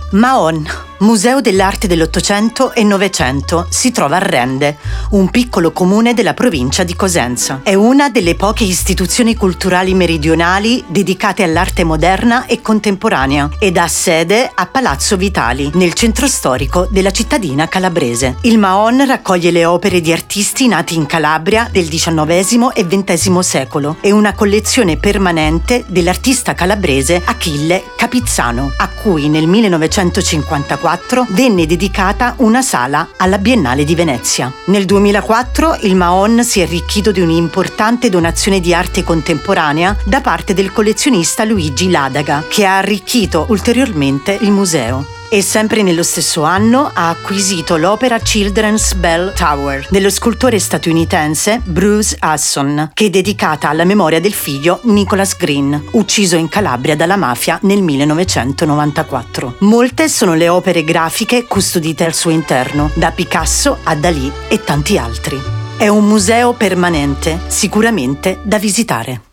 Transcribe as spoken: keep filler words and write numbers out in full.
Mahon, Museo dell'arte dell'Ottocento e Novecento, si trova a Rende, un piccolo comune della provincia di Cosenza. È una delle poche istituzioni culturali meridionali dedicate all'arte moderna e contemporanea ed ha sede a Palazzo Vitali, nel centro storico della cittadina calabrese. Il Mahon raccoglie le opere di artisti nati in Calabria del diciannovesimo e ventesimo secolo e una collezione permanente dell'artista calabrese Achille Capizzano, a cui nel millenovecentocinquantaquattro venne dedicata una sala alla Biennale di Venezia. Nel duemilaquattro il Mahon si è arricchito di un'importante donazione di arte contemporanea da parte del collezionista Luigi Ladaga, che ha arricchito ulteriormente il museo. E sempre nello stesso anno ha acquisito l'opera Children's Bell Tower dello scultore statunitense Bruce Hudson, che è dedicata alla memoria del figlio Nicholas Green, ucciso in Calabria dalla mafia nel millenovecentonovantaquattro. Molte sono le opere grafiche custodite al suo interno, da Picasso a Dalì e tanti altri. È un museo permanente, sicuramente da visitare.